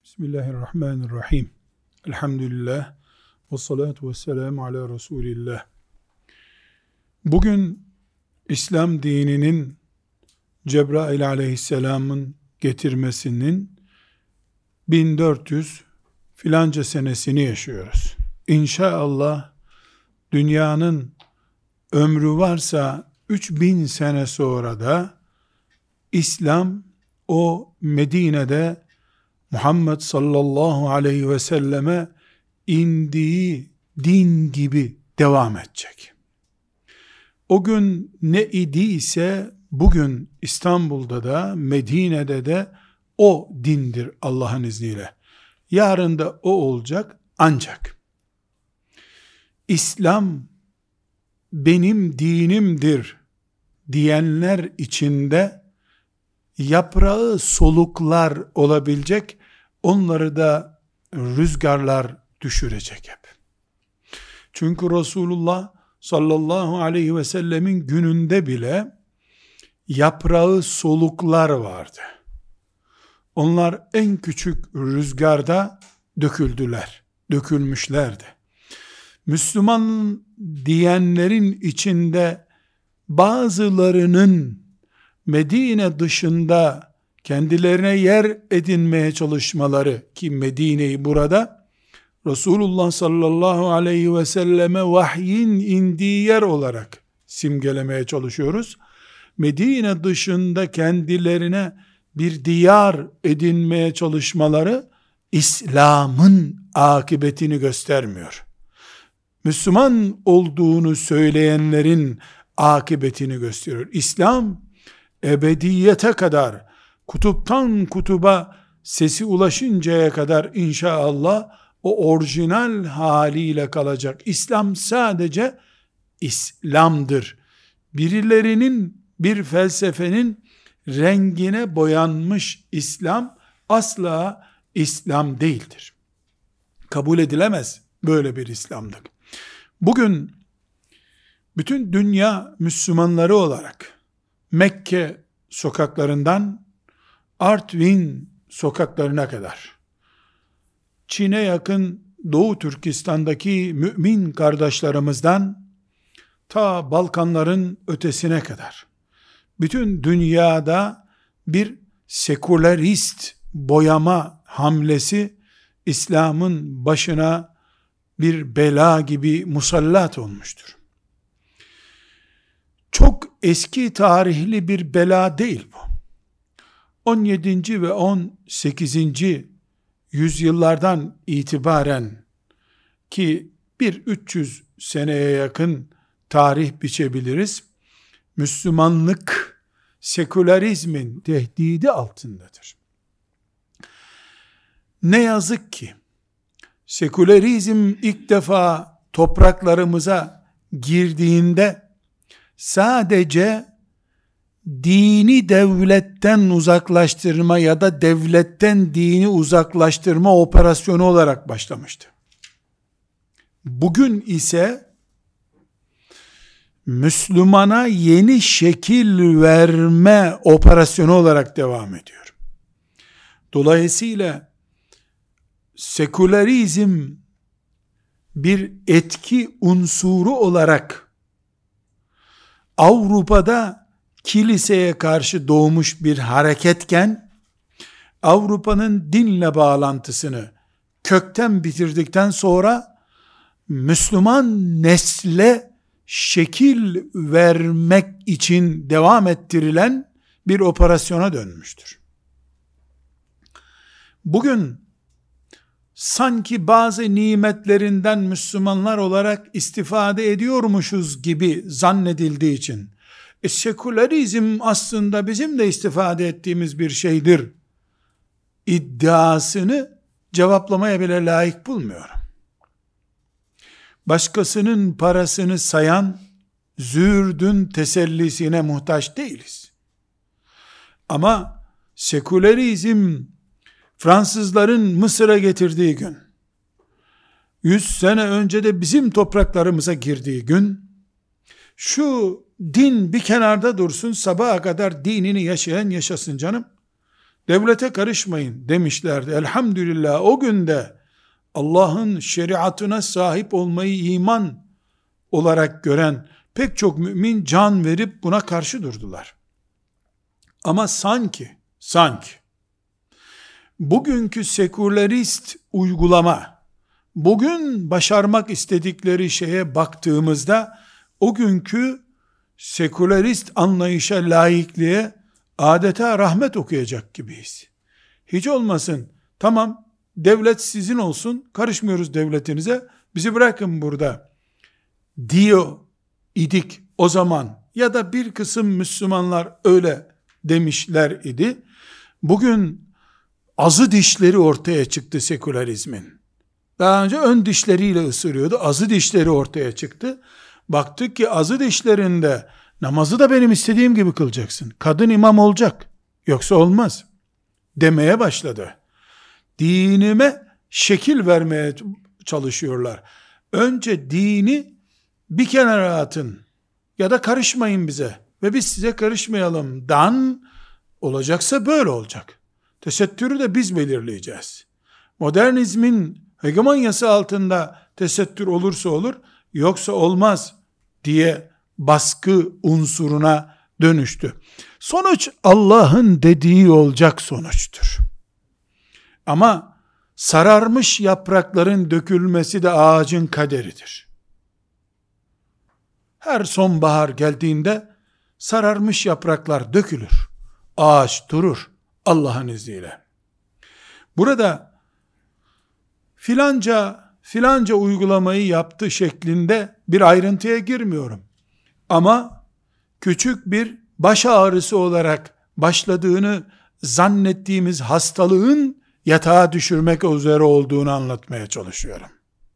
Bismillahirrahmanirrahim. Elhamdülillah. Ve salatu ve selamu ala Resulillah. Bugün İslam dininin Cebrail aleyhisselamın getirmesinin 1400 filanca senesini yaşıyoruz. İnşallah dünyanın ömrü varsa 3000 sene sonra da İslam o Medine'de Muhammed sallallahu aleyhi ve selleme indiği din gibi devam edecek. O gün ne idiyse bugün İstanbul'da da Medine'de de o dindir Allah'ın izniyle. Yarın da o olacak ancak İslam benim dinimdir diyenler içinde yaprağı soluklar olabilecek, onları da rüzgarlar düşürecek hep. Çünkü Resulullah sallallahu aleyhi ve sellemin gününde bile yaprağı soluklar vardı. Onlar en küçük rüzgarda dökülmüşlerdi. Müslüman diyenlerin içinde bazılarının Medine dışında kendilerine yer edinmeye çalışmaları, ki Medine'yi burada Resulullah sallallahu aleyhi ve selleme vahyin indiği yer olarak simgelemeye çalışıyoruz. Medine dışında kendilerine bir diyar edinmeye çalışmaları İslam'ın akıbetini göstermiyor. Müslüman olduğunu söyleyenlerin akıbetini gösteriyor. İslam ebediyete kadar, kutuptan kutuba sesi ulaşıncaya kadar inşallah o orijinal haliyle kalacak. İslam sadece İslam'dır. Birilerinin, bir felsefenin rengine boyanmış İslam asla İslam değildir. Kabul edilemez böyle bir İslamlık. Bugün bütün dünya Müslümanları olarak Mekke sokaklarından Artvin sokaklarına kadar, Çin'e yakın Doğu Türkistan'daki mümin kardeşlerimizden ta Balkanların ötesine kadar bütün dünyada bir sekülerist boyama hamlesi İslam'ın başına bir bela gibi musallat olmuştur. Çok eski tarihli bir bela değil bu. 17. ve 18. yüzyıllardan itibaren, ki bir 300 seneye yakın tarih biçebiliriz, Müslümanlık sekülerizmin tehdidi altındadır. Ne yazık ki sekülerizm ilk defa topraklarımıza girdiğinde sadece dini devletten uzaklaştırma ya da devletten dini uzaklaştırma operasyonu olarak başlamıştı. Bugün ise Müslümana yeni şekil verme operasyonu olarak devam ediyor. Dolayısıyla sekülerizm bir etki unsuru olarak Avrupa'da kiliseye karşı doğmuş bir hareketken, Avrupa'nın dinle bağlantısını kökten bitirdikten sonra Müslüman nesle şekil vermek için devam ettirilen bir operasyona dönmüştür. Bugün sanki bazı nimetlerinden Müslümanlar olarak istifade ediyormuşuz gibi zannedildiği için, sekülerizm aslında bizim de istifade ettiğimiz bir şeydir iddiasını cevaplamaya bile layık bulmuyorum. Başkasının parasını sayan züğürdün tesellisine muhtaç değiliz. Ama sekülerizm Fransızların Mısır'a getirdiği gün, 100 sene önce de bizim topraklarımıza girdiği gün, şu din bir kenarda dursun, sabaha kadar dinini yaşayan yaşasın canım, devlete karışmayın demişlerdi. Elhamdülillah o günde Allah'ın şeriatına sahip olmayı iman olarak gören pek çok mümin can verip buna karşı durdular. Ama sanki bugünkü sekülerist uygulama, bugün başarmak istedikleri şeye baktığımızda o günkü sekülerist anlayışa, laikliğe adeta rahmet okuyacak gibiyiz. Hiç olmasın, tamam devlet sizin olsun, karışmıyoruz devletinize, bizi bırakın burada diyor idik o zaman, ya da bir kısım Müslümanlar öyle demişler idi. Bugün azı dişleri ortaya çıktı sekülerizmin. Daha önce ön dişleriyle ısırıyordu, azı dişleri ortaya çıktı. Baktık ki azı dişlerinde namazı da benim istediğim gibi kılacaksın, kadın imam olacak, yoksa olmaz demeye başladı. Dinime şekil vermeye çalışıyorlar. Önce dini bir kenara atın ya da karışmayın bize ve biz size karışmayalım dan olacaksa böyle olacak. Tesettürü de biz belirleyeceğiz. Modernizmin hegemonyası altında tesettür olursa olur, yoksa olmaz diye baskı unsuruna dönüştü. Sonuç Allah'ın dediği olacak sonuçtur. Ama sararmış yaprakların dökülmesi de ağacın kaderidir. Her sonbahar geldiğinde sararmış yapraklar dökülür. Ağaç durur Allah'ın izniyle. Burada filanca uygulamayı yaptı şeklinde bir ayrıntıya girmiyorum. Ama küçük bir baş ağrısı olarak başladığını zannettiğimiz hastalığın yatağa düşürmek üzere olduğunu anlatmaya çalışıyorum.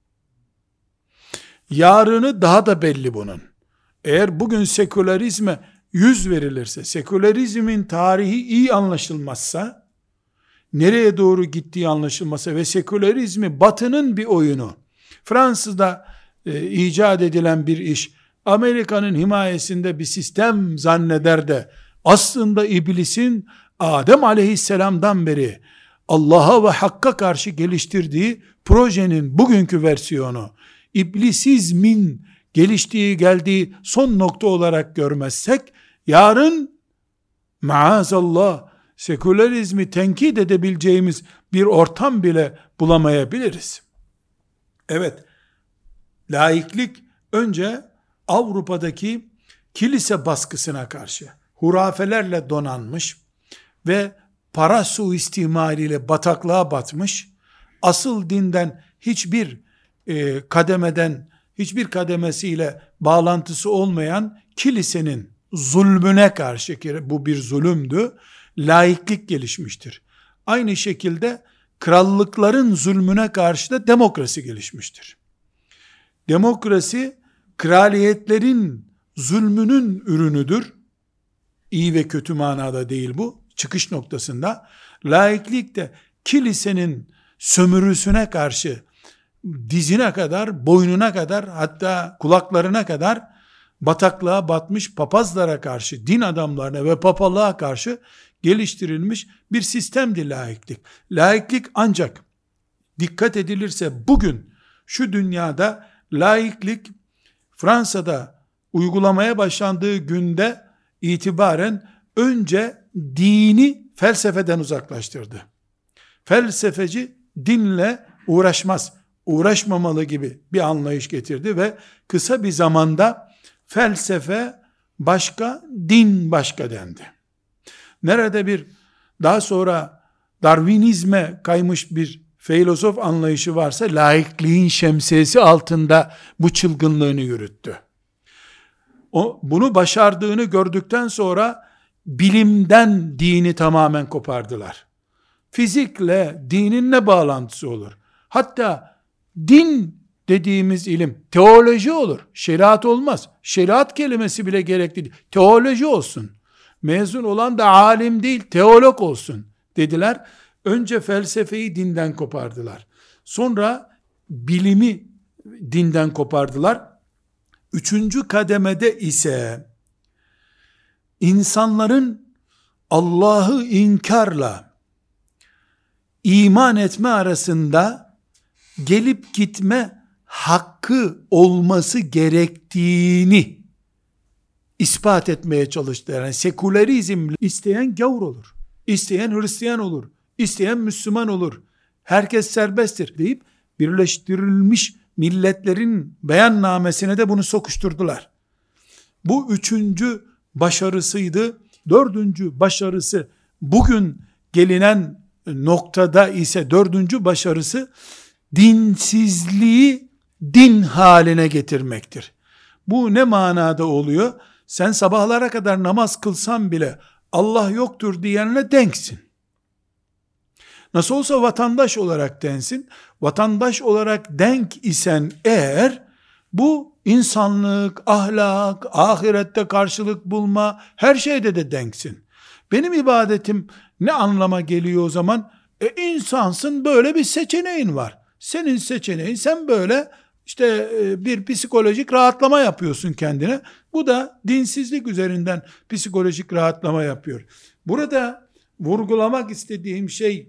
Yarını daha da belli bunun. Eğer bugün sekülerizme yüz verilirse, sekülerizmin tarihi iyi anlaşılmazsa, nereye doğru gittiği anlaşılmazsa ve sekülerizmi Batı'nın bir oyunu, Fransa'da icat edilen bir iş, Amerika'nın himayesinde bir sistem zanneder de, aslında iblisin Adem aleyhisselamdan beri Allah'a ve Hakk'a karşı geliştirdiği projenin bugünkü versiyonu, iblisizmin geldiği son nokta olarak görmezsek, yarın maazallah sekülerizmi tenkit edebileceğimiz bir ortam bile bulamayabiliriz. Evet, laiklik önce Avrupa'daki kilise baskısına karşı hurafelerle donanmış ve para suistimaliyle bataklığa batmış, asıl dinden hiçbir kademesiyle bağlantısı olmayan kilisenin zulmüne karşı, ki bu bir zulümdü, laiklik gelişmiştir. Aynı şekilde krallıkların zulmüne karşı da demokrasi gelişmiştir. Demokrasi, kraliyetlerin zulmünün ürünüdür. İyi ve kötü manada değil bu, çıkış noktasında. Laiklik de kilisenin sömürüsüne karşı, dizine kadar, boynuna kadar, hatta kulaklarına kadar bataklığa batmış papazlara karşı, din adamlarına ve papalığa karşı geliştirilmiş bir sistemdi laiklik. Laiklik ancak dikkat edilirse bugün şu dünyada laiklik Fransa'da uygulamaya başlandığı günde itibaren önce dini felsefeden uzaklaştırdı. Felsefeci dinle uğraşmaz, uğraşmamalı gibi bir anlayış getirdi ve kısa bir zamanda felsefe başka, din başka dendi. Nerede daha sonra Darwinizme kaymış bir filozof anlayışı varsa, laikliğin şemsiyesi altında bu çılgınlığını yürüttü. Bunu başardığını gördükten sonra bilimden dini tamamen kopardılar. Fizikle dinin ne bağlantısı olur? Hatta din dediğimiz ilim teoloji olur, şeriat olmaz. Şeriat kelimesi bile gerekli değil. Teoloji olsun. Mezun olan da alim değil, teolog olsun dediler. Önce felsefeyi dinden kopardılar. Sonra bilimi dinden kopardılar. Üçüncü kademede ise insanların Allah'ı inkarla iman etme arasında gelip gitme hakkı olması gerektiğini ispat etmeye çalıştı. Yani sekülerizm isteyen gavur olur, isteyen Hristiyan olur, isteyen Müslüman olur, herkes serbesttir deyip Birleştirilmiş Milletler'in beyannamesine de bunu sokuşturdular. Bu üçüncü başarısıydı. Dördüncü başarısı, bugün gelinen noktada ise dördüncü başarısı, dinsizliği din haline getirmektir. Bu ne manada oluyor? Sen sabahlara kadar namaz kılsan bile Allah yoktur diyenle denksin. Nasıl olsa vatandaş olarak densin. Vatandaş olarak denk isen eğer, bu insanlık, ahlak, ahirette karşılık bulma, her şeyde de denksin. Benim ibadetim ne anlama geliyor o zaman? İnsansın, böyle bir seçeneğin var. Senin seçeneğin, sen böyle işte bir psikolojik rahatlama yapıyorsun kendine. Bu da dinsizlik üzerinden psikolojik rahatlama yapıyor. Burada vurgulamak istediğim şey,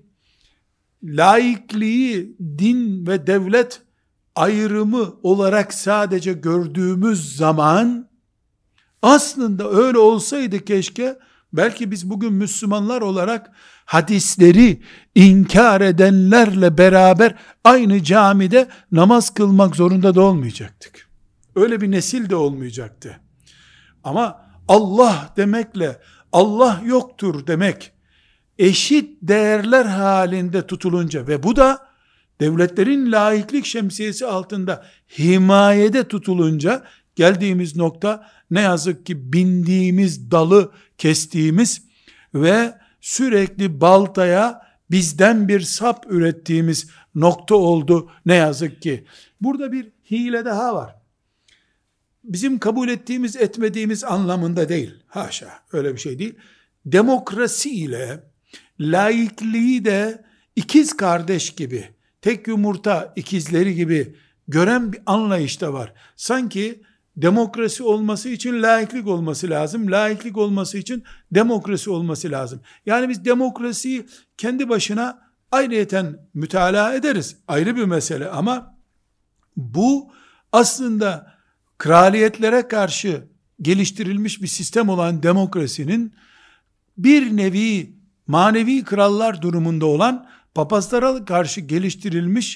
laikliği din ve devlet ayrımı olarak sadece gördüğümüz zaman, aslında öyle olsaydı keşke, belki biz bugün Müslümanlar olarak hadisleri inkar edenlerle beraber aynı camide namaz kılmak zorunda da olmayacaktık. Öyle bir nesil de olmayacaktı. Ama Allah demekle Allah yoktur demek eşit değerler halinde tutulunca ve bu da devletlerin laiklik şemsiyesi altında himayede tutulunca, geldiğimiz nokta ne yazık ki bindiğimiz dalı kestiğimiz ve sürekli baltaya bizden bir sap ürettiğimiz nokta oldu ne yazık ki. Burada bir hile daha var. Bizim kabul ettiğimiz etmediğimiz anlamında değil. Haşa, öyle bir şey değil. Demokrasi ile laikliği de ikiz kardeş gibi, tek yumurta ikizleri gibi gören bir anlayış da var. Sanki demokrasi olması için laiklik olması lazım, laiklik olması için demokrasi olması lazım. Yani biz demokrasiyi kendi başına ayrıyeten mütalaa ederiz, ayrı bir mesele, ama bu aslında kraliyetlere karşı geliştirilmiş bir sistem olan demokrasinin bir nevi manevi krallar durumunda olan papazlara karşı geliştirilmiş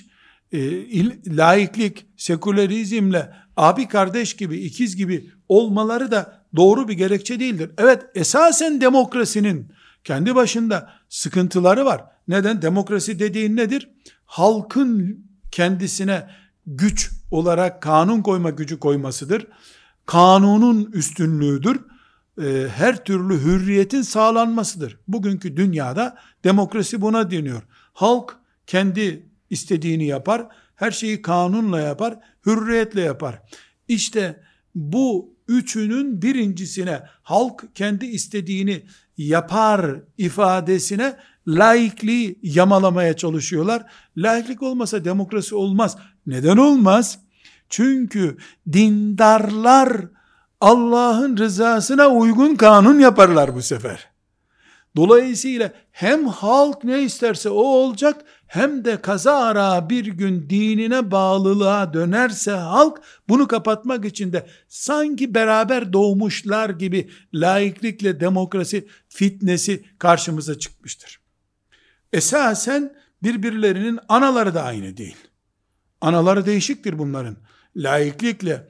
laiklik, sekülerizmle abi kardeş gibi, ikiz gibi olmaları da doğru bir gerekçe değildir. Evet, esasen demokrasinin kendi başında sıkıntıları var. Neden? Demokrasi dediğin nedir? Halkın kendisine güç olarak kanun koyma gücü koymasıdır. Kanunun üstünlüğüdür. Her türlü hürriyetin sağlanmasıdır. Bugünkü dünyada demokrasi buna deniyor. Halk kendi istediğini yapar, her şeyi kanunla yapar, hürriyetle yapar. İşte bu üçünün birincisine, halk kendi istediğini yapar ifadesine laikliği yamalamaya çalışıyorlar. Laiklik olmasa demokrasi olmaz. Neden olmaz? Çünkü dindarlar Allah'ın rızasına uygun kanun yaparlar bu sefer. Dolayısıyla hem halk ne isterse o olacak, hem de kazara bir gün dinine bağlılığa dönerse halk, bunu kapatmak için de sanki beraber doğmuşlar gibi laiklikle demokrasi fitnesi karşımıza çıkmıştır. Esasen birbirlerinin anaları da aynı değil. Anaları değişiktir bunların. Laiklikle,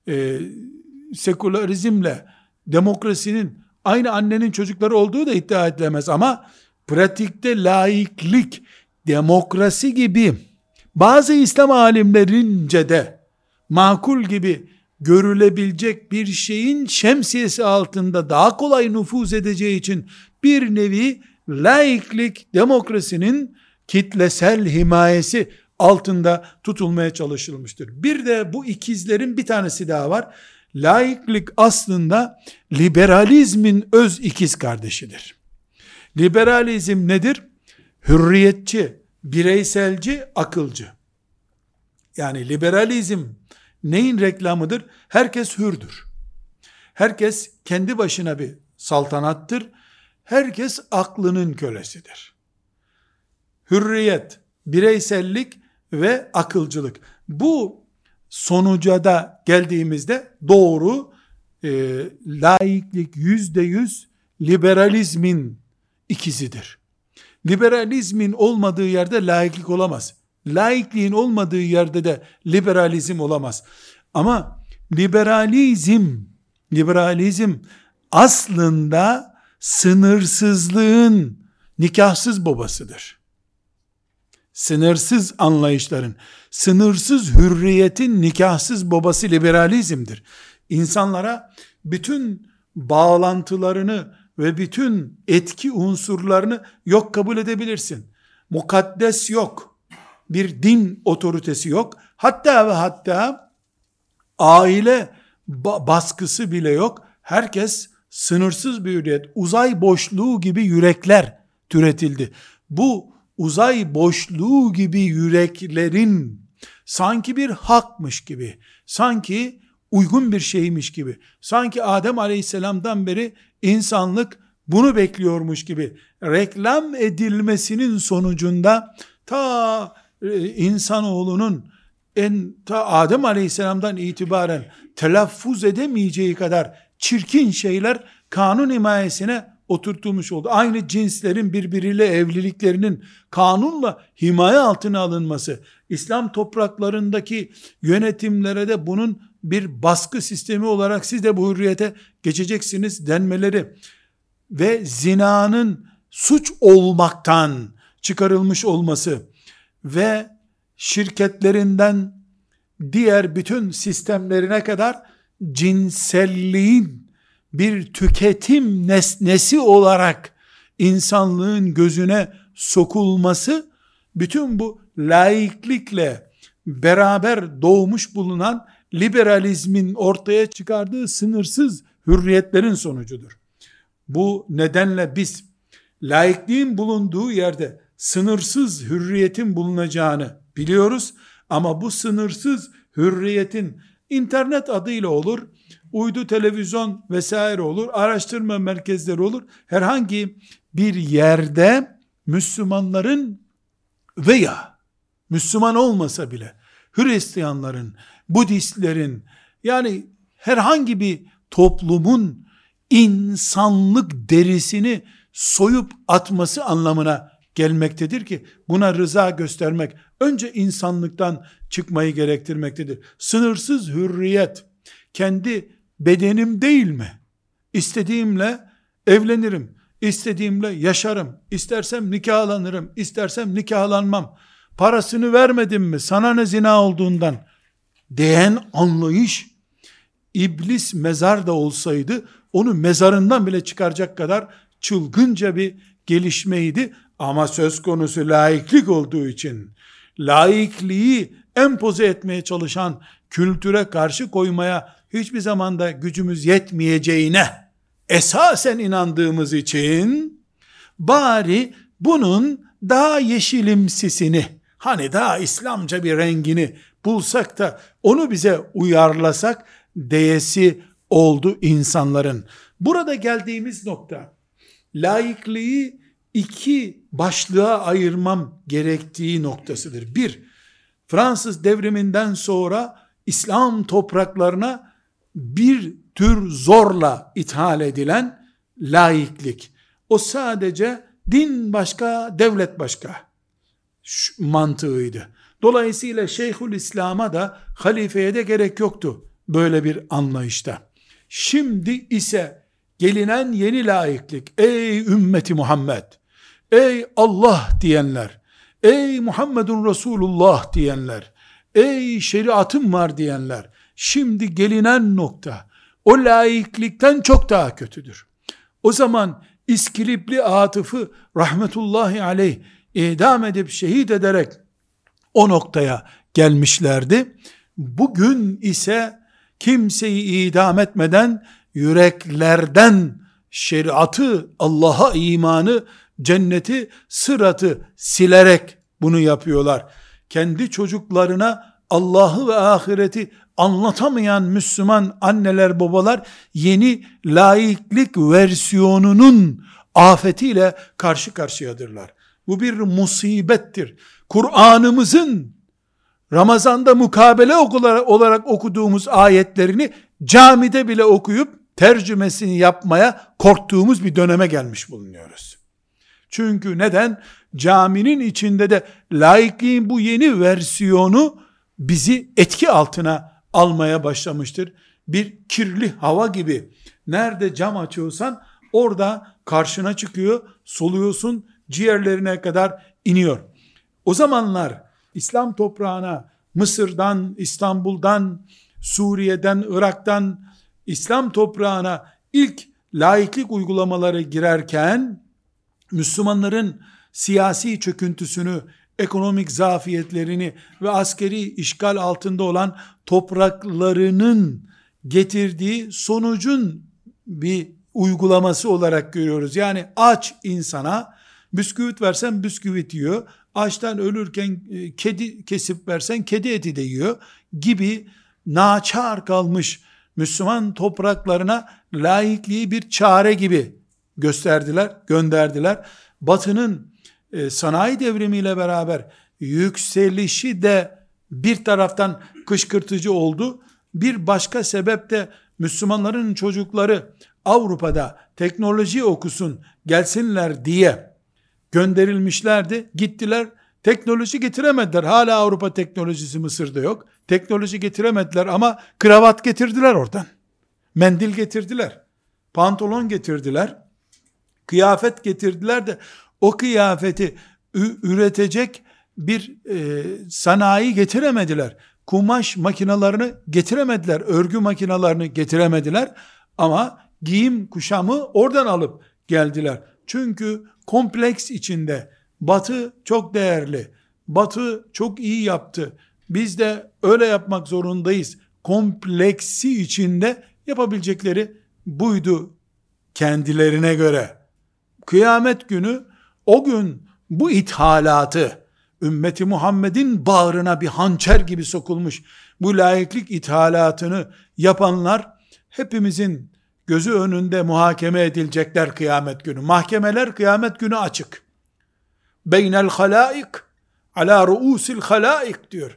sekülerizmle demokrasinin aynı annenin çocukları olduğu da iddia edilemez, ama pratikte laiklik, demokrasi gibi bazı İslam alimlerince de makul gibi görülebilecek bir şeyin şemsiyesi altında daha kolay nüfuz edeceği için bir nevi laiklik demokrasinin kitlesel himayesi altında tutulmaya çalışılmıştır. Bir de bu ikizlerin bir tanesi daha var. Laiklik aslında liberalizmin öz ikiz kardeşidir. Liberalizm nedir? Hürriyetçi, bireyselci, akılcı. Yani liberalizm neyin reklamıdır? Herkes hürdür. Herkes kendi başına bir saltanattır. Herkes aklının kölesidir. hürriyet, bireysellik ve akılcılık. Bu sonuca da geldiğimizde doğru, laiklik %100 liberalizmin ikizidir. Liberalizmin olmadığı yerde laiklik olamaz. Laikliğin olmadığı yerde de liberalizm olamaz. Ama liberalizm aslında sınırsızlığın nikahsız babasıdır. Sınırsız anlayışların, sınırsız hürriyetin nikahsız babası liberalizmdir. İnsanlara bütün bağlantılarını ve bütün etki unsurlarını yok kabul edebilirsin. Mukaddes yok. Bir din otoritesi yok. Hatta ve hatta aile baskısı bile yok. Herkes sınırsız bir hürriyet, uzay boşluğu gibi yürekler türetildi. Bu uzay boşluğu gibi yüreklerin sanki bir hakmış gibi, sanki uygun bir şeymiş gibi, sanki Adem Aleyhisselam'dan beri insanlık bunu bekliyormuş gibi reklam edilmesinin sonucunda ta insanoğlunun ta Adem Aleyhisselam'dan itibaren telaffuz edemeyeceği kadar çirkin şeyler kanun himayesine oturtulmuş oldu. Aynı cinslerin birbiriyle evliliklerinin kanunla himaye altına alınması, İslam topraklarındaki yönetimlere de bunun bir baskı sistemi olarak siz de bu hürriyete geçeceksiniz denmeleri ve zinanın suç olmaktan çıkarılmış olması ve şirketlerinden diğer bütün sistemlerine kadar cinselliğin bir tüketim nesnesi olarak insanlığın gözüne sokulması, bütün bu laiklikle beraber doğmuş bulunan liberalizmin ortaya çıkardığı sınırsız hürriyetlerin sonucudur. Bu nedenle biz laikliğin bulunduğu yerde sınırsız hürriyetin bulunacağını biliyoruz ama bu sınırsız hürriyetin internet adıyla olur, uydu televizyon vesaire olur, araştırma merkezleri olur. Herhangi bir yerde Müslümanların veya Müslüman olmasa bile Hristiyanların, Budistlerin, yani herhangi bir toplumun insanlık derisini soyup atması anlamına gelmektedir ki buna rıza göstermek önce insanlıktan çıkmayı gerektirmektedir. Sınırsız hürriyet kendi bedenim değil mi? İstediğimle evlenirim, istediğimle yaşarım, istersem nikahlanırım, istersem nikahlanmam. Parasını vermedim mi? Sana ne zina olduğundan diyen anlayış, iblis mezar da olsaydı onu mezarından bile çıkaracak kadar çılgınca bir gelişmeydi. Ama söz konusu laiklik olduğu için, laikliği empoze etmeye çalışan kültüre karşı koymaya hiçbir zamanda gücümüz yetmeyeceğine esasen inandığımız için, bari bunun daha yeşilimsisini, hani daha İslamca bir rengini bulsak da onu bize uyarlasak diyesi oldu insanların. Burada geldiğimiz nokta, laikliği iki başlığa ayırmam gerektiği noktasıdır. Bir, Fransız devriminden sonra İslam topraklarına bir tür zorla ithal edilen laiklik. O sadece din başka, devlet başka mantığıydı. Dolayısıyla Şeyhülislam'a da halifeye de gerek yoktu böyle bir anlayışta. Şimdi ise gelinen yeni laiklik, ey ümmeti Muhammed, ey Allah diyenler, ey Muhammedun Resulullah diyenler, ey şeriatım var diyenler, şimdi gelinen nokta o laiklikten çok daha kötüdür. O zaman İskilipli Atıf'ı rahmetullahi aleyh idam edip şehit ederek o noktaya gelmişlerdi. Bugün ise kimseyi idam etmeden yüreklerden şeriatı, Allah'a imanı, cenneti, sıratı silerek bunu yapıyorlar. Kendi çocuklarına Allah'ı ve ahireti anlatamayan Müslüman anneler babalar yeni laiklik versiyonunun afetiyle karşı karşıyadırlar. Bu bir musibettir. Kur'an'ımızın Ramazan'da mukabele olarak okuduğumuz ayetlerini camide bile okuyup tercümesini yapmaya korktuğumuz bir döneme gelmiş bulunuyoruz. Çünkü neden? Caminin içinde de laikliğin bu yeni versiyonu bizi etki altına almaya başlamıştır. Bir kirli hava gibi. Nerede cam açıyorsan orada karşına çıkıyor, soluyorsun, ciğerlerine kadar iniyor. O zamanlar İslam toprağına Mısır'dan, İstanbul'dan, Suriye'den, Irak'tan İslam toprağına ilk laiklik uygulamaları girerken Müslümanların siyasi çöküntüsünü, ekonomik zafiyetlerini ve askeri işgal altında olan topraklarının getirdiği sonucun bir uygulaması olarak görüyoruz. Yani aç insana bisküvit versen bisküvit yiyor, açtan ölürken kedi kesip versen kedi eti de yiyor gibi naçar kalmış Müslüman topraklarına laikliği bir çare gibi gösterdiler, gönderdiler. Batı'nın sanayi devrimiyle beraber yükselişi de bir taraftan kışkırtıcı oldu. Bir başka sebep de Müslümanların çocukları Avrupa'da teknoloji okusun, gelsinler diye gönderilmişlerdi. Gittiler, teknoloji getiremediler. Hala Avrupa teknolojisi Mısır'da yok. Teknoloji getiremediler ama kravat getirdiler oradan. Mendil getirdiler. Pantolon getirdiler. Kıyafet getirdiler de o kıyafeti üretecek bir sanayi getiremediler. Kumaş makinalarını getiremediler. Örgü makinalarını getiremediler. Ama giyim kuşamı oradan alıp geldiler. Çünkü kompleks içinde Batı çok değerli. Batı çok iyi yaptı. Biz de öyle yapmak zorundayız. Kompleksi içinde yapabilecekleri buydu kendilerine göre. Kıyamet günü o gün bu ithalatı ümmeti Muhammed'in bağrına bir hançer gibi sokulmuş bu laiklik ithalatını yapanlar hepimizin gözü önünde muhakeme edilecekler kıyamet günü. Mahkemeler kıyamet günü açık. Beynel halaik ala ruusil halaik diyor.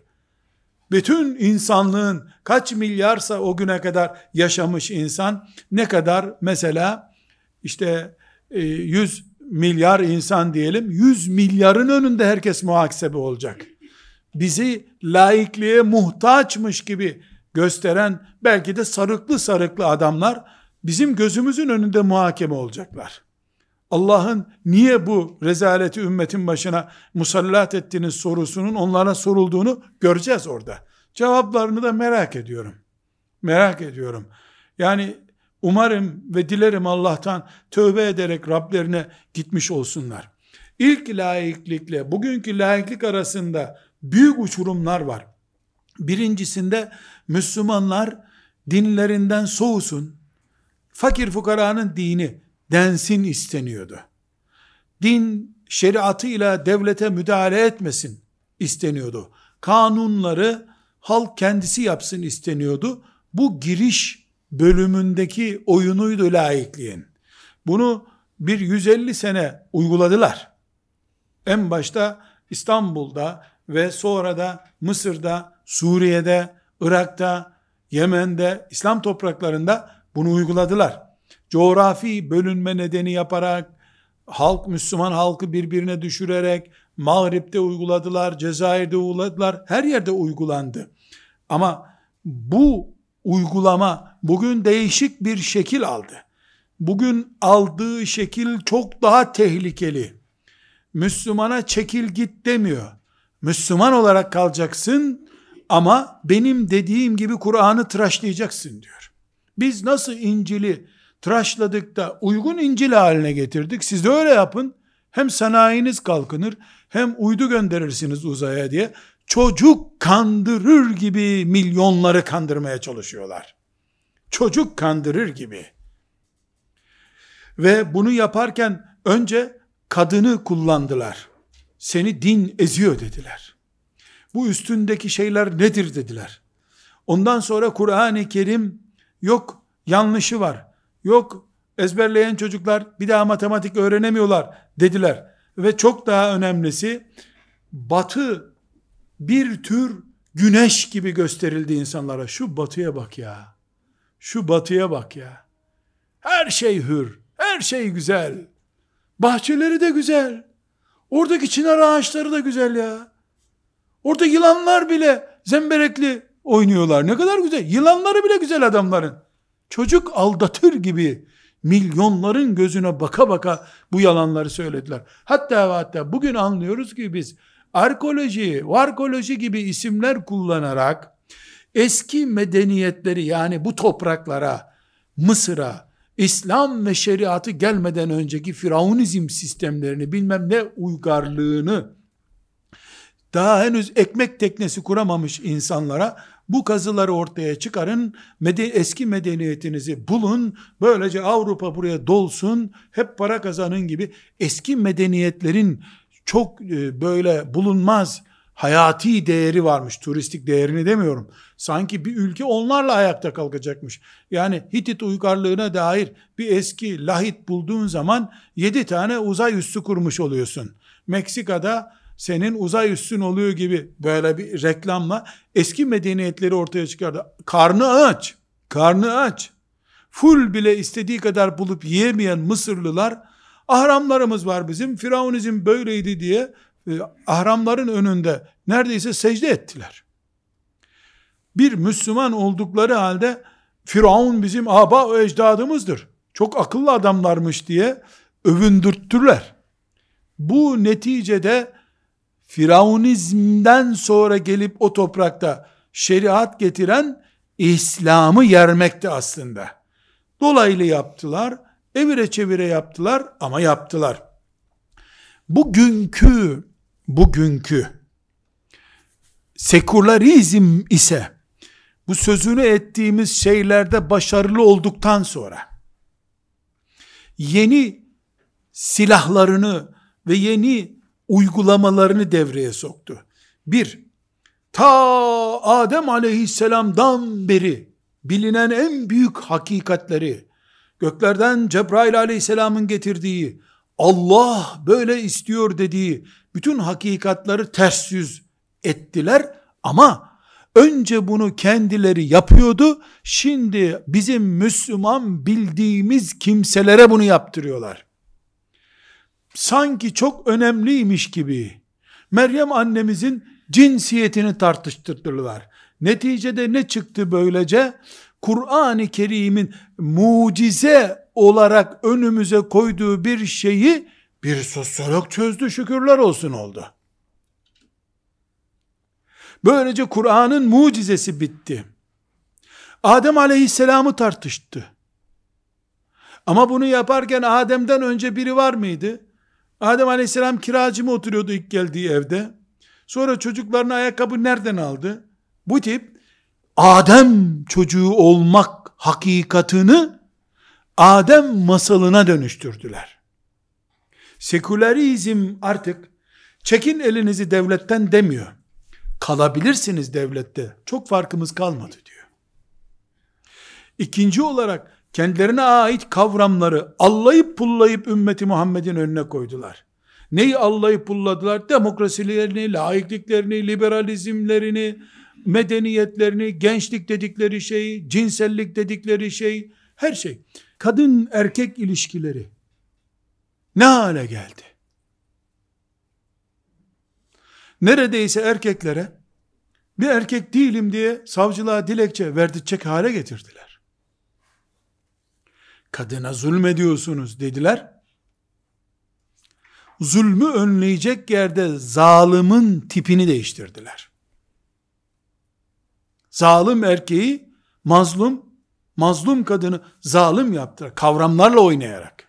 Bütün insanlığın kaç milyarsa o güne kadar yaşamış insan, ne kadar mesela işte 100 milyar insan diyelim, 100 milyarın önünde herkes muhasebe olacak. Bizi laikliğe muhtaçmış gibi gösteren belki de sarıklı adamlar bizim gözümüzün önünde muhakeme olacaklar. Allah'ın niye bu rezaleti ümmetin başına musallat ettiğiniz sorusunun onlara sorulduğunu göreceğiz orada. Cevaplarını da merak ediyorum. Merak ediyorum. Yani umarım ve dilerim Allah'tan tövbe ederek Rablerine gitmiş olsunlar. İlk laiklikle bugünkü laiklik arasında büyük uçurumlar var. Birincisinde Müslümanlar dinlerinden soğusun, fakir fukaranın dini densin isteniyordu. Din şeriatıyla devlete müdahale etmesin isteniyordu. Kanunları halk kendisi yapsın isteniyordu. Bu giriş bölümündeki oyunuydu laikliğin. Bunu bir 150 sene uyguladılar. En başta İstanbul'da ve sonra da Mısır'da, Suriye'de, Irak'ta, Yemen'de, İslam topraklarında bunu uyguladılar. Coğrafi bölünme nedeni yaparak, Müslüman halkı birbirine düşürerek, Mağrip'te uyguladılar, Cezayir'de uyguladılar, her yerde uygulandı. Ama bu uygulama bugün değişik bir şekil aldı. Bugün aldığı şekil çok daha tehlikeli. Müslümana çekil git demiyor. Müslüman olarak kalacaksın ama benim dediğim gibi Kur'an'ı tıraşlayacaksın diyor. Biz nasıl İncil'i tıraşladık da uygun İncil haline getirdik, siz de öyle yapın. Hem sanayiniz kalkınır, hem uydu gönderirsiniz uzaya diye. Çocuk kandırır gibi milyonları kandırmaya çalışıyorlar. Çocuk kandırır gibi. Ve bunu yaparken önce kadını kullandılar. Seni din eziyor dediler. Bu üstündeki şeyler nedir dediler. Ondan sonra Kur'an-ı Kerim yok yanlışı var. Yok ezberleyen çocuklar bir daha matematik öğrenemiyorlar dediler. ve çok daha önemlisi, batı bir tür güneş gibi gösterildi insanlara. Şu batıya bak ya. Şu batıya bak ya. Her şey hür. Her şey güzel. Bahçeleri de güzel. Oradaki çınar ağaçları da güzel ya. Orada yılanlar bile zemberekli oynuyorlar. Ne kadar güzel. Yılanları bile güzel adamların. Çocuk aldatır gibi milyonların gözüne baka baka bu yalanları söylediler. Hatta bugün anlıyoruz ki biz arkeoloji, varkoloji gibi isimler kullanarak eski medeniyetleri, yani bu topraklara, Mısır'a, İslam ve şeriatı gelmeden önceki Firavunizm sistemlerini, bilmem ne uygarlığını, daha henüz ekmek teknesi kuramamış insanlara bu kazıları ortaya çıkarın, eski medeniyetinizi bulun, böylece Avrupa buraya dolsun, hep para kazanın gibi eski medeniyetlerin çok böyle bulunmaz hayati değeri varmış. Turistik değerini demiyorum. Sanki bir ülke onlarla ayakta kalkacakmış. Yani Hitit uygarlığına dair bir eski lahit bulduğun zaman 7 tane uzay üssü kurmuş oluyorsun. Meksika'da senin uzay üssün oluyor gibi böyle bir reklamla eski medeniyetleri ortaya çıkardı. Karnı aç. Karnı aç. Full bile istediği kadar bulup yiyemeyen Mısırlılar, ahramlarımız var bizim, Firavunizm böyleydi diye ahramların önünde neredeyse secde ettiler. Bir Müslüman oldukları halde Firavun bizim aba ve ecdadımızdır, çok akıllı adamlarmış diye övündürttüler. Bu neticede Firavunizmden sonra gelip o toprakta şeriat getiren İslam'ı yermekti aslında. Dolaylı yaptılar, evire çevire yaptılar ama yaptılar. Bugünkü sekülerizm ise bu sözünü ettiğimiz şeylerde başarılı olduktan sonra yeni silahlarını ve yeni uygulamalarını devreye soktu. Ta Adem aleyhisselamdan beri bilinen en büyük hakikatleri, göklerden Cebrail aleyhisselamın getirdiği, Allah böyle istiyor dediği bütün hakikatları ters yüz ettiler ama önce bunu kendileri yapıyordu, şimdi bizim Müslüman bildiğimiz kimselere bunu yaptırıyorlar. Sanki çok önemliymiş gibi Meryem annemizin cinsiyetini tartıştırdılar. Neticede ne çıktı böylece? Kur'an-ı Kerim'in mucize olarak önümüze koyduğu bir şeyi bir sosyolog çözdü, şükürler olsun oldu. Böylece Kur'an'ın mucizesi bitti. Adem aleyhisselamı tartıştı. Ama bunu yaparken Adem'den önce biri var mıydı? Adem aleyhisselam kiracı mı oturuyordu ilk geldiği evde? Sonra çocuklarına ayakkabı nereden aldı? Bu tip Adem çocuğu olmak hakikatını Adem masalına dönüştürdüler. Sekülerizm artık çekin elinizi devletten demiyor. Kalabilirsiniz devlette, çok farkımız kalmadı diyor. İkinci olarak kendilerine ait kavramları allayıp pullayıp ümmeti Muhammed'in önüne koydular. Neyi allayıp pulladılar? Demokrasilerini, laikliklerini, liberalizmlerini, medeniyetlerini, gençlik dedikleri şey, cinsellik dedikleri şey, her şey. Kadın erkek ilişkileri ne hale geldi? Neredeyse erkeklere bir erkek değilim diye savcılığa dilekçe verdirtecek hale getirdiler. Kadına zulmediyorsunuz dediler. Zulmü önleyecek yerde zalimin tipini değiştirdiler. Zalim erkeği mazlum, mazlum kadını zalim yaptılar. Kavramlarla oynayarak.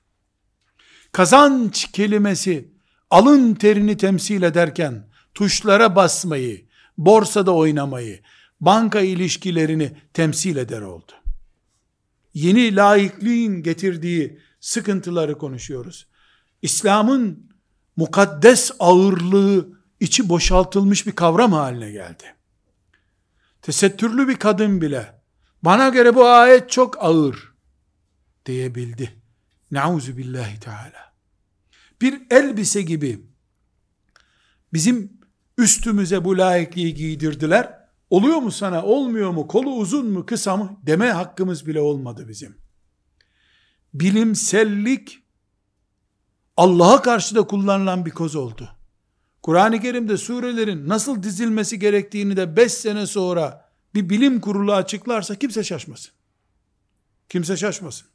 Kazanç kelimesi alın terini temsil ederken tuşlara basmayı, borsada oynamayı, banka ilişkilerini temsil eder oldu. Yeni laikliğin getirdiği sıkıntıları konuşuyoruz. İslam'ın mukaddes ağırlığı içi boşaltılmış bir kavram haline geldi. Tesettürlü bir kadın bile bana göre bu ayet çok ağır diyebildi. Nauzu billahi teala. bir elbise gibi bizim üstümüze bu laikliği giydirdiler. Oluyor mu sana, olmuyor mu, kolu uzun mu, kısa mı deme hakkımız bile olmadı bizim. Bilimsellik Allah'a karşı da kullanılan bir koz oldu. Kur'an-ı Kerim'de surelerin nasıl dizilmesi gerektiğini de 5 sene sonra bir bilim kurulu açıklarsa kimse şaşmasın. Kimse şaşmasın.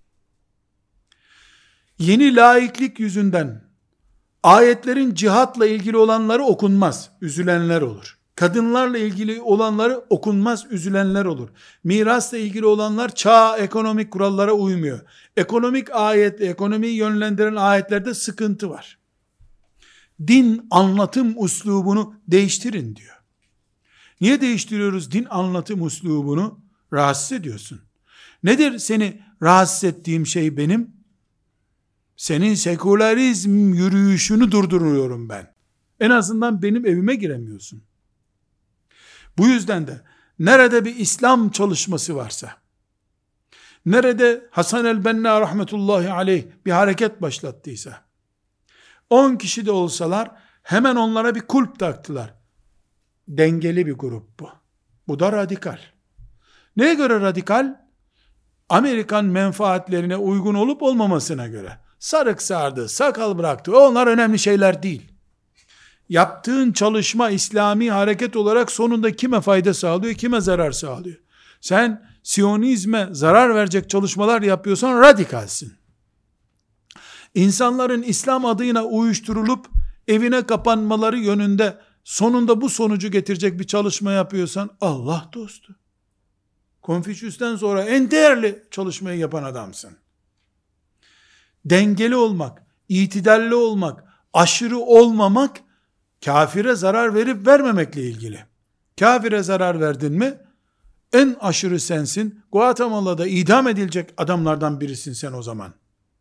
Yeni laiklik yüzünden ayetlerin cihatla ilgili olanları okunmaz, üzülenler olur. Kadınlarla ilgili olanları okunmaz, üzülenler olur. Mirasla ilgili olanlar çağ ekonomik kurallara uymuyor. Ekonomik ayet, ekonomiyi yönlendiren ayetlerde sıkıntı var. Din anlatım üslubunu değiştirin diyor. Niye değiştiriyoruz din anlatım üslubunu? Rahatsız ediyorsun. Nedir seni rahatsız ettiğim şey benim? Senin sekülerizm yürüyüşünü durduruyorum ben. En azından benim evime giremiyorsun. Bu yüzden de nerede bir İslam çalışması varsa, nerede Hasan el-Benna rahmetullahi aleyh bir hareket başlattıysa, 10 kişi de olsalar hemen onlara bir kulp taktılar. Dengeli bir grup bu. Bu da radikal. Neye göre radikal? Amerikan menfaatlerine uygun olup olmamasına göre. Sarık sardı, sakal bıraktı. Onlar önemli şeyler değil. Yaptığın çalışma İslami hareket olarak sonunda kime fayda sağlıyor, kime zarar sağlıyor? Sen Siyonizme zarar verecek çalışmalar yapıyorsan radikalsin. İnsanların İslam adıyla uyuşturulup evine kapanmaları yönünde sonunda bu sonucu getirecek bir çalışma yapıyorsan Allah dostu. Konfüçyüs'ten sonra en değerli çalışmayı yapan adamsın. Dengeli olmak, itidalli olmak, aşırı olmamak, kafire zarar verip vermemekle ilgili. Kafire zarar verdin mi, en aşırı sensin. Guatemala'da idam edilecek adamlardan birisin sen o zaman.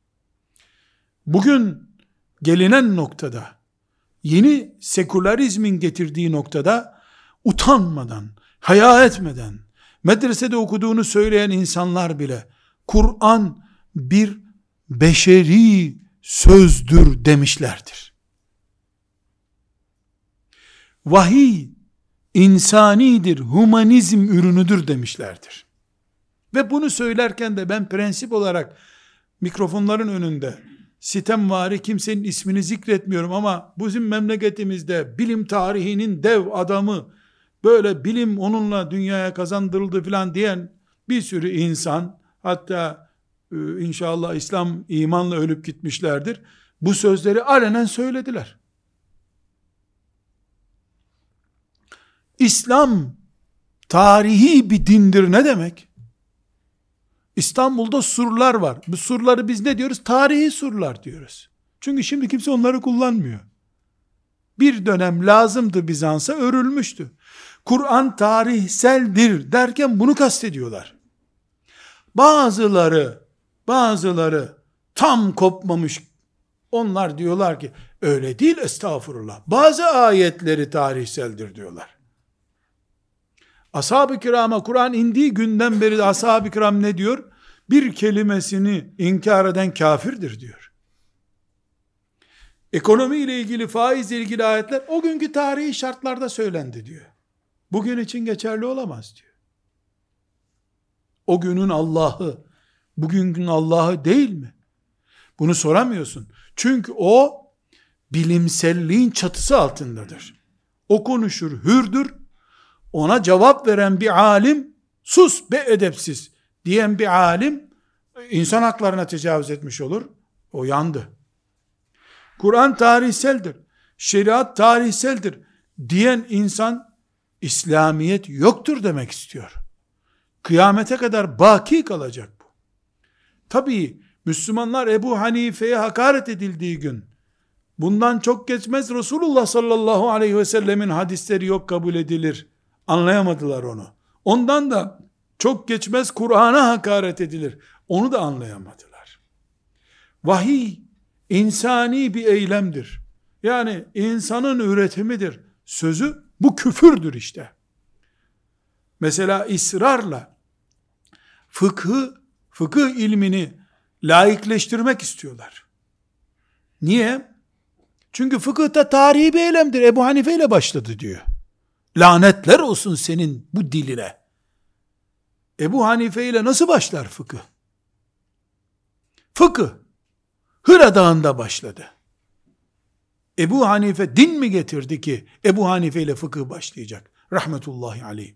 Bugün gelinen noktada, yeni sekülerizmin getirdiği noktada, utanmadan, haya etmeden, medresede okuduğunu söyleyen insanlar bile, Kur'an bir beşeri sözdür demişlerdir. Vahiy insanidir, humanizm ürünüdür demişlerdir. Ve bunu söylerken de ben prensip olarak mikrofonların önünde sitemvari kimsenin ismini zikretmiyorum ama bizim memleketimizde bilim tarihinin dev adamı, böyle bilim onunla dünyaya kazandırıldı filan diyen bir sürü insan, hatta inşallah İslam imanla ölüp gitmişlerdir, bu sözleri alenen söylediler. İslam tarihi bir dindir ne demek? İstanbul'da surlar var. Bu surları biz ne diyoruz? Tarihi surlar diyoruz. Çünkü şimdi kimse onları kullanmıyor. Bir dönem lazımdı Bizans'a, örülmüştü. Kur'an tarihseldir derken bunu kastediyorlar. Bazıları tam kopmamış. Onlar diyorlar ki öyle değil, estağfurullah. Bazı ayetleri tarihseldir diyorlar. Ashab-ı kirama Kur'an indiği günden beri ashab-ı kiram ne diyor? Bir kelimesini inkar eden kafirdir diyor. Ekonomi ile ilgili, faizle ilgili ayetler o günkü tarihi şartlarda söylendi diyor. Bugün için geçerli olamaz diyor. O günün Allah'ı, bugünün Allah'ı değil mi? Bunu soramıyorsun. Çünkü o bilimselliğin çatısı altındadır. O konuşur, hürdür. Ona cevap veren bir alim, sus be edepsiz diyen bir alim, insan haklarına tecavüz etmiş olur. O yandı. Kur'an tarihseldir, şeriat tarihseldir diyen insan, İslamiyet yoktur demek istiyor. Kıyamete kadar baki kalacak bu. Tabii Müslümanlar Ebu Hanife'ye hakaret edildiği gün, bundan çok geçmez Resulullah sallallahu aleyhi ve sellemin hadisleri yok kabul edilir. Anlayamadılar onu. Ondan da çok geçmez Kur'an'a hakaret edilir. Onu da anlayamadılar. Vahiy insani bir eylemdir. Yani insanın üretimidir. Sözü bu küfürdür işte. Mesela ısrarla fıkıh ilmini laikleştirmek istiyorlar. Niye? Çünkü fıkıhta tarihi bir eylemdir. Ebu Hanife ile başladı diyor. Lanetler olsun senin bu diline. Ebu Hanife ile nasıl başlar fıkıh? Fıkıh Hıra Dağı'nda başladı. Ebu Hanife din mi getirdi ki Ebu Hanife ile fıkıh başlayacak? Rahmetullahi aleyh.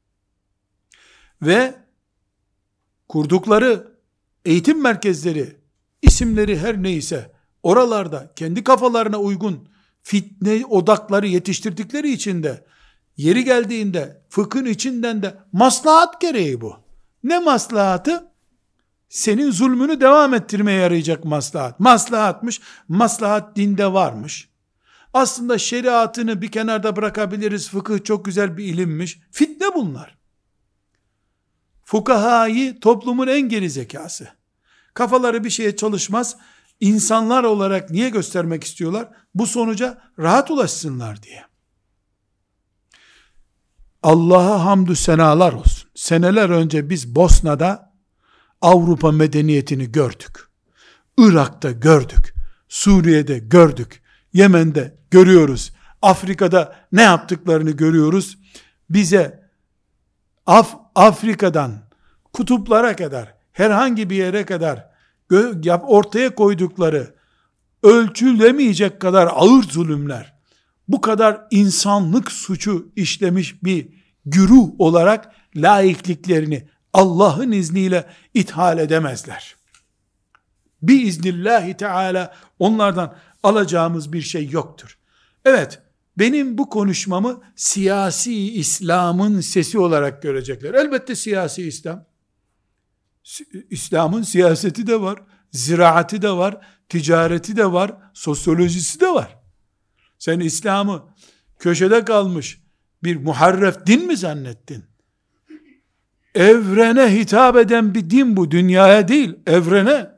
Ve kurdukları eğitim merkezleri, isimleri her neyse, oralarda kendi kafalarına uygun fitne odakları yetiştirdikleri için de yeri geldiğinde fıkhın içinden de maslahat gereği bu. Ne maslahatı? Senin zulmünü devam ettirmeye yarayacak maslahat. Maslahatmış. Maslahat dinde varmış. Aslında şeriatını bir kenarda bırakabiliriz. Fıkıh çok güzel bir ilimmiş. Fitne bunlar. Fukahayı toplumun en geri zekası. Kafaları bir şeye çalışmaz. İnsanlar olarak niye göstermek istiyorlar? Bu sonuca rahat ulaşsınlar diye. Allah'a hamdü senalar olsun. Seneler önce biz Bosna'da Avrupa medeniyetini gördük. Irak'ta gördük. Suriye'de gördük. Yemen'de görüyoruz. Afrika'da ne yaptıklarını görüyoruz. Bize Afrika'dan kutuplara kadar, herhangi bir yere kadar ortaya koydukları ölçülemeyecek kadar ağır zulümler, bu kadar insanlık suçu işlemiş bir güruh olarak laikliklerini Allah'ın izniyle ithal edemezler. Biiznillahü teala onlardan alacağımız bir şey yoktur. Evet, benim bu konuşmamı siyasi İslam'ın sesi olarak görecekler. Elbette siyasi İslam. İslam'ın siyaseti de var, ziraati de var, ticareti de var, sosyolojisi de var. Sen İslam'ı köşede kalmış bir muharref din mi zannettin? Evrene hitap eden bir din bu, dünyaya değil, evrene.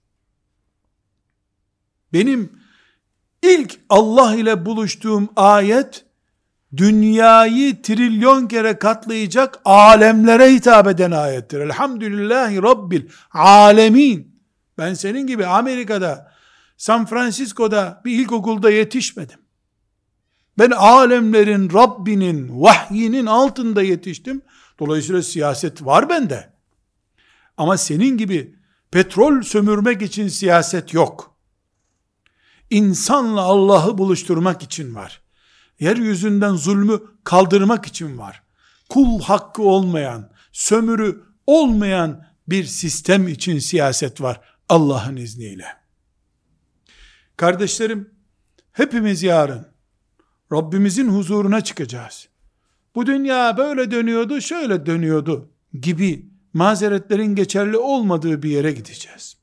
Benim ilk Allah ile buluştuğum ayet, dünyayı trilyon kere katlayacak alemlere hitap eden ayettir. Elhamdülillahi Rabbil alemin. Ben senin gibi Amerika'da, San Francisco'da bir ilkokulda yetişmedim. Ben alemlerin Rabbinin, vahyinin altında yetiştim. Dolayısıyla siyaset var bende. Ama senin gibi petrol sömürmek için siyaset yok. İnsanla Allah'ı buluşturmak için var. Yeryüzünden zulmü kaldırmak için var. Kul hakkı olmayan, sömürü olmayan bir sistem için siyaset var Allah'ın izniyle. Kardeşlerim, hepimiz yarın Rabbimizin huzuruna çıkacağız. Bu dünya böyle dönüyordu, şöyle dönüyordu gibi mazeretlerin geçerli olmadığı bir yere gideceğiz.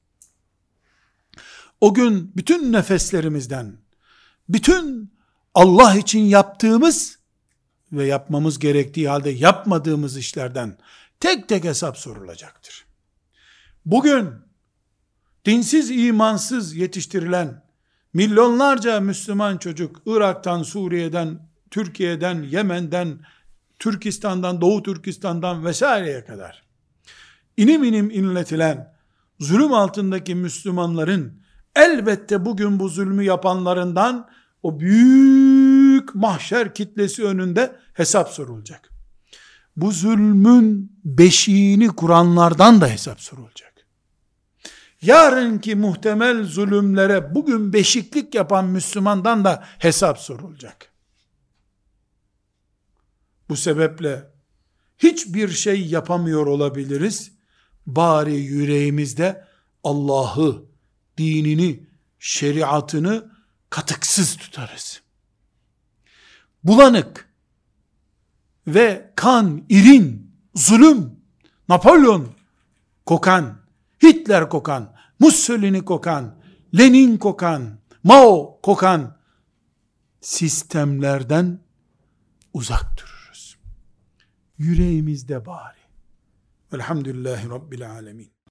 O gün bütün nefeslerimizden, bütün Allah için yaptığımız ve yapmamız gerektiği halde yapmadığımız işlerden tek tek hesap sorulacaktır. Bugün dinsiz, imansız yetiştirilen milyonlarca Müslüman çocuk Irak'tan, Suriye'den, Türkiye'den, Yemen'den, Türkistan'dan, Doğu Türkistan'dan vesaireye kadar inim inim inletilen zulüm altındaki Müslümanların elbette bugün bu zulmü yapanlarından o büyük mahşer kitlesi önünde hesap sorulacak. Bu zulmün beşiğini kuranlardan da hesap sorulacak. Yarınki muhtemel zulümlere bugün beşiklik yapan Müslümandan da hesap sorulacak. Bu sebeple hiçbir şey yapamıyor olabiliriz. Bari yüreğimizde Allah'ı, dinini, şeriatını katıksız tutarız. Bulanık ve kan, irin, zulüm, Napolyon kokan, Hitler kokan, Mussolini kokan, Lenin kokan, Mao kokan sistemlerden uzak dururuz. Yüreğimizde bari. Elhamdülillahi Rabbil alemin.